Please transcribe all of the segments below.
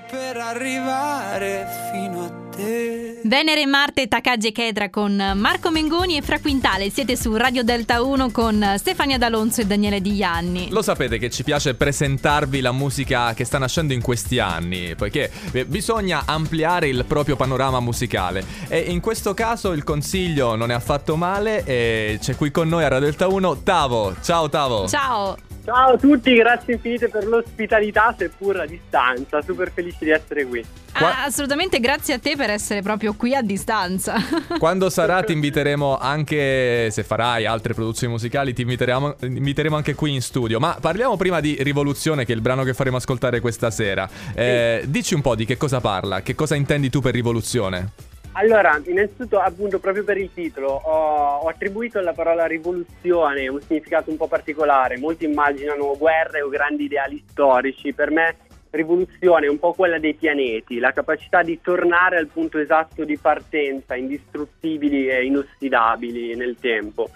per arrivare fino a te. Venere, Marte, Takagi e Chedra con Marco Mengoni e Fra Quintale. Siete su Radio Delta 1 con Stefania D'Alonso e Daniele Di Ianni. Lo sapete che ci piace presentarvi la musica che sta nascendo in questi anni, poiché bisogna ampliare il proprio panorama musicale. E in questo caso il consiglio non è affatto male. E c'è qui con noi a Radio Delta 1 Tavo. Ciao Tavo. Ciao. Ciao a tutti, grazie infinite per l'ospitalità, seppur a distanza, super felice di essere qui. Assolutamente, grazie a te per essere proprio qui a distanza. Quando sarà ti inviteremo anche, se farai altre produzioni musicali, ti inviteremo anche qui in studio. Ma parliamo prima di Rivoluzione, che è il brano che faremo ascoltare questa sera. Dici un po' di che cosa parla, che cosa intendi tu per Rivoluzione? Allora, innanzitutto, appunto, proprio per il titolo, ho attribuito alla parola rivoluzione un significato un po' particolare. Molti immaginano guerre o grandi ideali storici. Per me rivoluzione è un po' quella dei pianeti, la capacità di tornare al punto esatto di partenza, indistruttibili e inossidabili nel tempo.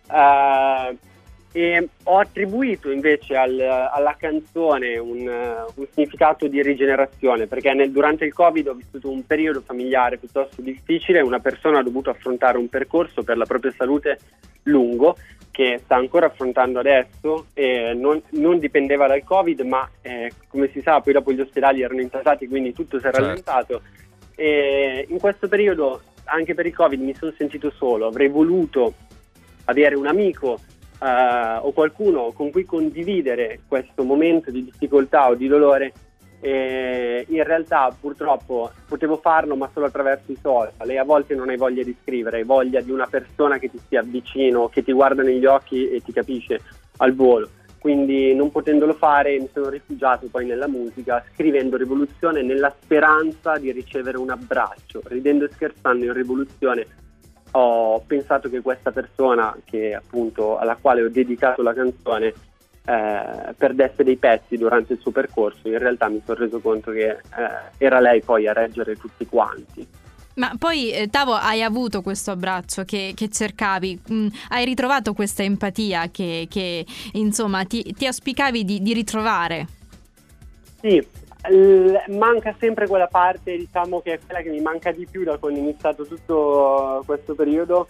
E ho attribuito invece alla canzone un significato di rigenerazione, perché durante il Covid ho vissuto un periodo familiare piuttosto difficile. Una persona ha dovuto affrontare un percorso per la propria salute lungo, che sta ancora affrontando adesso, e non dipendeva dal Covid, ma come si sa poi dopo gli ospedali erano intasati, quindi tutto si è rallentato. E in questo periodo, anche per il Covid, mi sono sentito solo. Avrei voluto avere un amico o qualcuno con cui condividere questo momento di difficoltà o di dolore. In realtà purtroppo potevo farlo, ma solo attraverso i social, e a volte non hai voglia di scrivere, hai voglia di una persona che ti stia vicino, che ti guarda negli occhi e ti capisce al volo. Quindi, non potendolo fare, mi sono rifugiato poi nella musica, scrivendo Rivoluzione nella speranza di ricevere un abbraccio. Ridendo e scherzando, in Rivoluzione ho pensato che questa persona, che appunto alla quale ho dedicato la canzone, perdesse dei pezzi durante il suo percorso. In realtà mi sono reso conto che era lei poi a reggere tutti quanti. Ma poi Tavo, hai avuto questo abbraccio che cercavi, hai ritrovato questa empatia che insomma ti auspicavi di ritrovare? Sì, manca sempre quella parte, diciamo, che è quella che mi manca di più da quando è iniziato tutto questo periodo,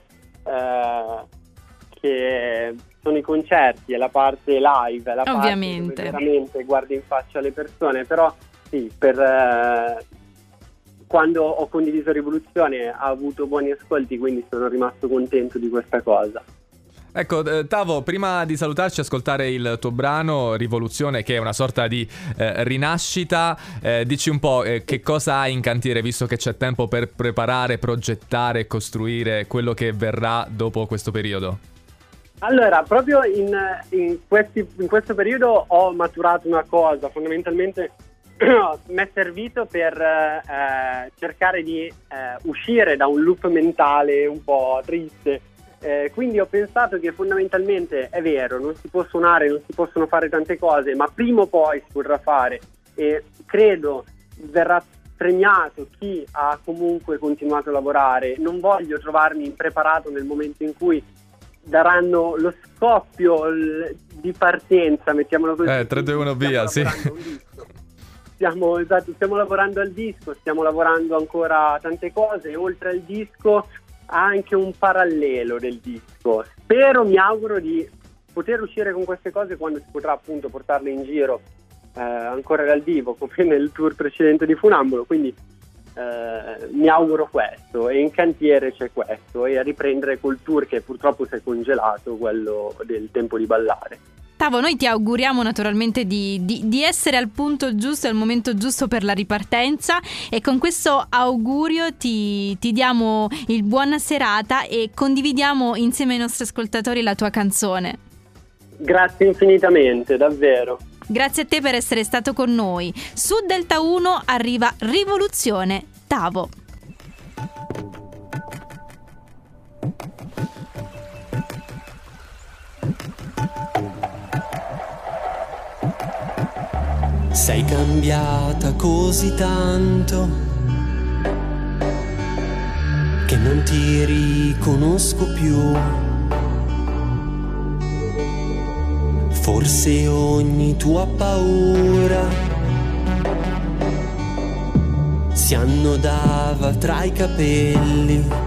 che sono i concerti, è la parte live, è la ovviamente parte dove veramente guardi in faccia le persone. Però sì, quando ho condiviso Rivoluzione ha avuto buoni ascolti, quindi sono rimasto contento di questa cosa. Ecco, Tavo, prima di salutarci, ascoltare il tuo brano Rivoluzione, che è una sorta di rinascita, dici un po' che cosa hai in cantiere, visto che c'è tempo per preparare, progettare e costruire quello che verrà dopo questo periodo? Allora, proprio in questo periodo ho maturato una cosa. Fondamentalmente mi è servito per cercare di uscire da un loop mentale un po' triste. Quindi ho pensato che fondamentalmente è vero, non si può suonare, non si possono fare tante cose, ma prima o poi si potrà fare, e credo verrà premiato chi ha comunque continuato a lavorare. Non voglio trovarmi impreparato nel momento in cui daranno lo scoppio di partenza, mettiamolo così. 3, 2, 1, via, sì. Stiamo lavorando al disco, stiamo lavorando ancora a tante cose, e oltre al disco anche un parallelo del disco. Mi auguro di poter uscire con queste cose quando si potrà appunto portarle in giro ancora dal vivo, come nel tour precedente di Funambolo. Quindi mi auguro questo, e in cantiere c'è questo, e a riprendere col tour che purtroppo si è congelato, quello del Tempo di Ballare. Tavo, noi ti auguriamo naturalmente di essere al punto giusto, al momento giusto per la ripartenza, e con questo augurio ti diamo il buona serata e condividiamo insieme ai nostri ascoltatori la tua canzone. Grazie infinitamente, davvero. Grazie a te per essere stato con noi. Su Delta 1 arriva Rivoluzione, Tavo. Sei cambiata così tanto che non ti riconosco più. Forse ogni tua paura si annodava tra i capelli.